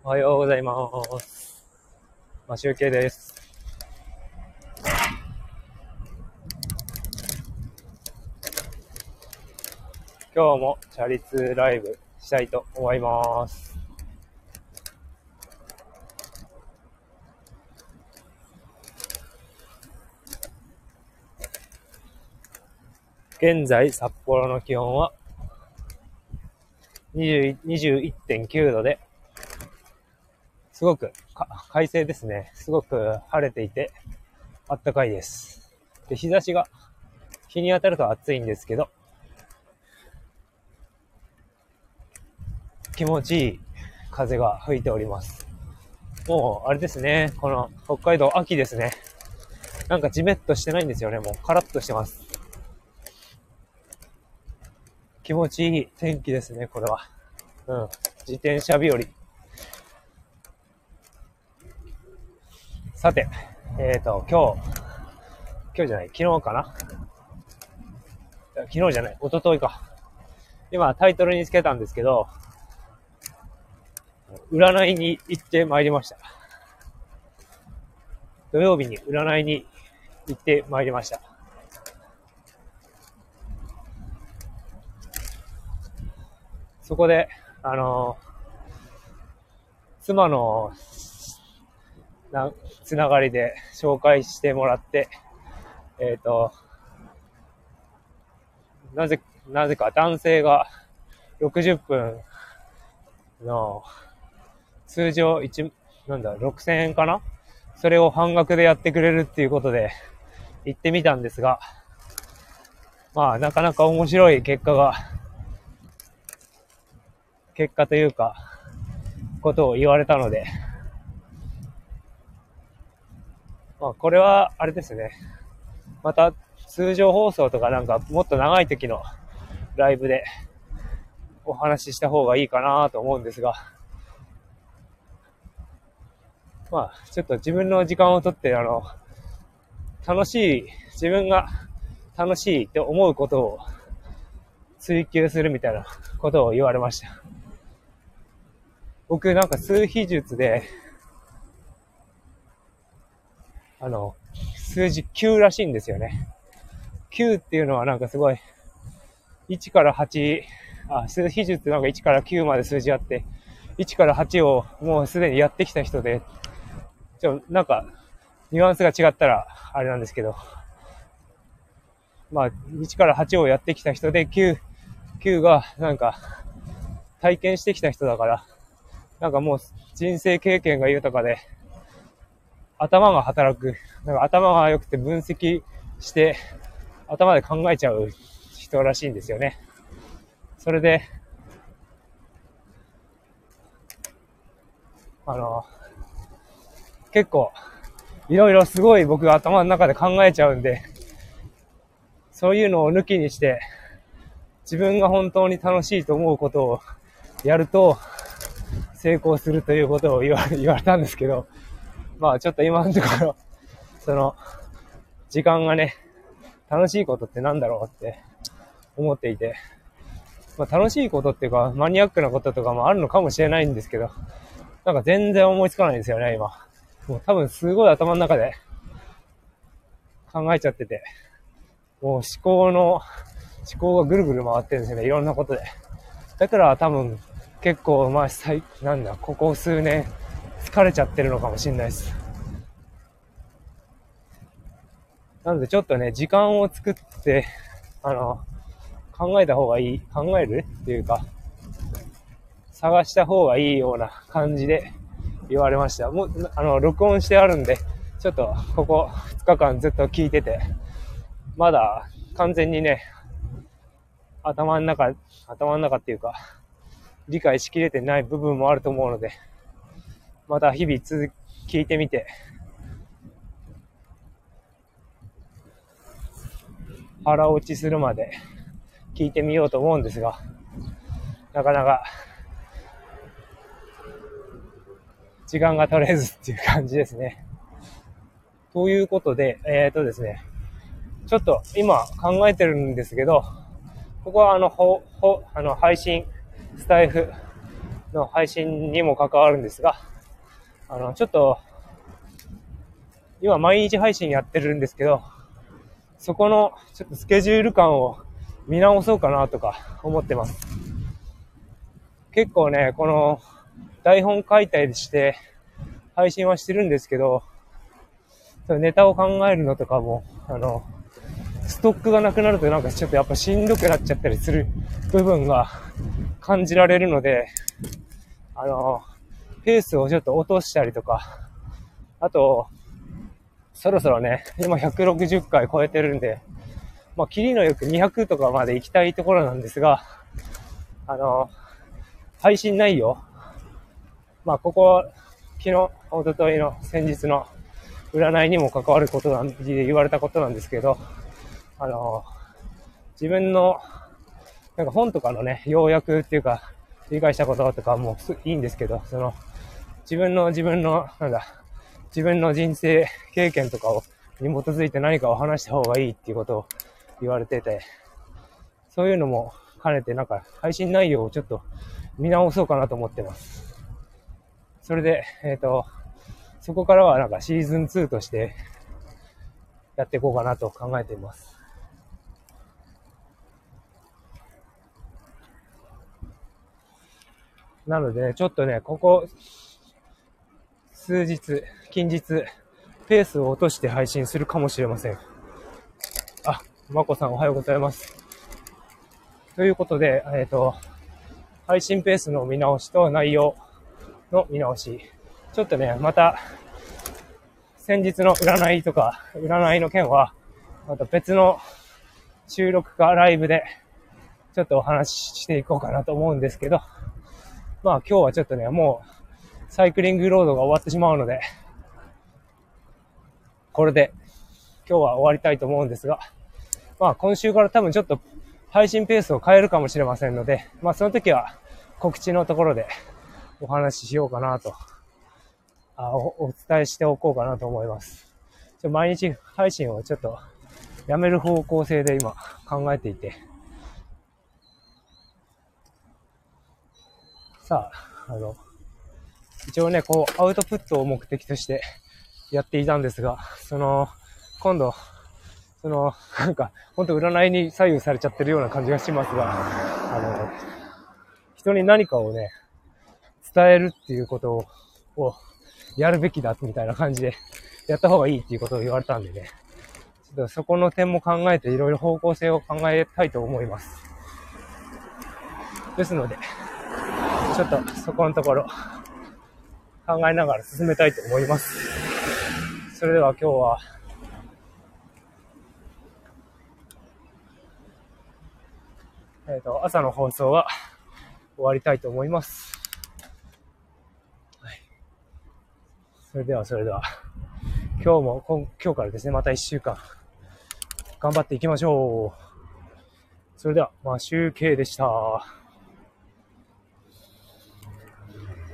おはようございます。集計です。今日もチャリ通ライブしたいと思います。現在札幌の気温は21.9 度で、すごく快晴ですね。すごく晴れていてあったかいです。で、日差しが日に当たると暑いんですけど、気持ちいい風が吹いております。もうあれですね、この北海道秋ですね。なんかジメッとしてないんですよね。もうカラッとしてます。気持ちいい天気ですね、これは。自転車日和。さて、今日じゃない、昨日かな？昨日じゃない、一昨日か。今タイトルにつけたんですけど、占いに行ってまいりました。土曜日に占いに行ってまいりました。そこで、妻のつながりで紹介してもらって、なぜか男性が60分の通常6000円かな？それを半額でやってくれるっていうことで行ってみたんですが、まあなかなか面白い結果というか、ことを言われたので、まあこれはあれですね。また通常放送とかなんかもっと長い時のライブでお話しした方がいいかなと思うんですが、まあちょっと自分の時間をとって自分が楽しいって思うことを追求するみたいなことを言われました。僕なんか数秘術で数字9らしいんですよね。9っていうのはなんかすごい1から8、数秘術ってなんか1から9まで数字あって、1から8をもうすでにやってきた人で、なんかニュアンスが違ったらあれなんですけど、まあ1から8をやってきた人で9がなんか体験してきた人だから、なんかもう人生経験が豊かで、頭が働く、なんか頭が良くて分析して頭で考えちゃう人らしいんですよね。それで結構いろいろすごい僕が頭の中で考えちゃうんで、そういうのを抜きにして自分が本当に楽しいと思うことをやると成功するということを言われたんですけど、まあちょっと今のところその時間がね、楽しいことってなんだろうって思っていて、まあ楽しいことっていうかマニアックなこととかもあるのかもしれないんですけど、なんか全然思いつかないんですよね今。もう多分すごい頭の中で考えちゃってて、もう思考がぐるぐる回ってるんですよね、いろんなことで。だから多分結構まあここ数年疲れちゃってるのかもしれないです。なのでちょっとね、時間を作って考えるっていうか探した方がいいような感じで言われました。もう録音してあるんで、ちょっとここ2日間ずっと聞いてて、まだ完全にね、頭の中っていうか理解しきれてない部分もあると思うので、また日々聞いてみて、腹落ちするまで聞いてみようと思うんですが、なかなか時間が取れずっていう感じですね。ということで、ですね、ちょっと今考えてるんですけど、ここは配信スタイフの配信にも関わるんですが、ちょっと、今毎日配信やってるんですけど、そこのちょっとスケジュール感を見直そうかなとか思ってます。結構ね、この台本書いたりして配信はしてるんですけど、ネタを考えるのとかも、ストックがなくなるとなんかちょっとやっぱしんどくなっちゃったりする部分が感じられるので、ペースをちょっと落としたりとか、あと、そろそろね、今160回超えてるんで、まあ、キリのよく200とかまで行きたいところなんですが、配信内容、まあ、ここ、昨日、一昨日の先日の占いにも関わることなんで言われたことなんですけど、自分の、なんか本とかのね、要約っていうか、理解したこととかもいいんですけど、自分の、自分の人生経験とかに基づいて何かを話した方がいいっていうことを言われてて、そういうのも兼ねてなんか配信内容をちょっと見直そうかなと思ってます。それで、そこからはなんかシーズン2としてやっていこうかなと考えています。なのでね、ちょっとね、ここ数日、近日、ペースを落として配信するかもしれません。あ、まこさんおはようございます。ということで、配信ペースの見直しと内容の見直し。ちょっとね、また、先日の占いとか、占いの件は、また別の収録かライブで、ちょっとお話ししていこうかなと思うんですけど、まあ今日はちょっとね、もう、サイクリングロードが終わってしまうので、これで今日は終わりたいと思うんですが、まあ今週から多分ちょっと配信ペースを変えるかもしれませんので、まあその時は告知のところでお話ししようかなと、お伝えしておこうかなと思います。毎日配信をちょっとやめる方向性で今考えていて、さあ、一応ね、こう、アウトプットを目的としてやっていたんですが、今度、なんか、ほんと占いに左右されちゃってるような感じがしますが、人に何かをね、伝えるっていうことをやるべきだみたいな感じでやった方がいいっていうことを言われたんでね、ちょっとそこの点も考えていろいろ方向性を考えたいと思います。ですので、ちょっとそこのところ考えながら進めたいと思います。それでは今日は朝の放送は終わりたいと思います。はい、それでは今日からですね、また1週間頑張っていきましょう。それでは、集計でした。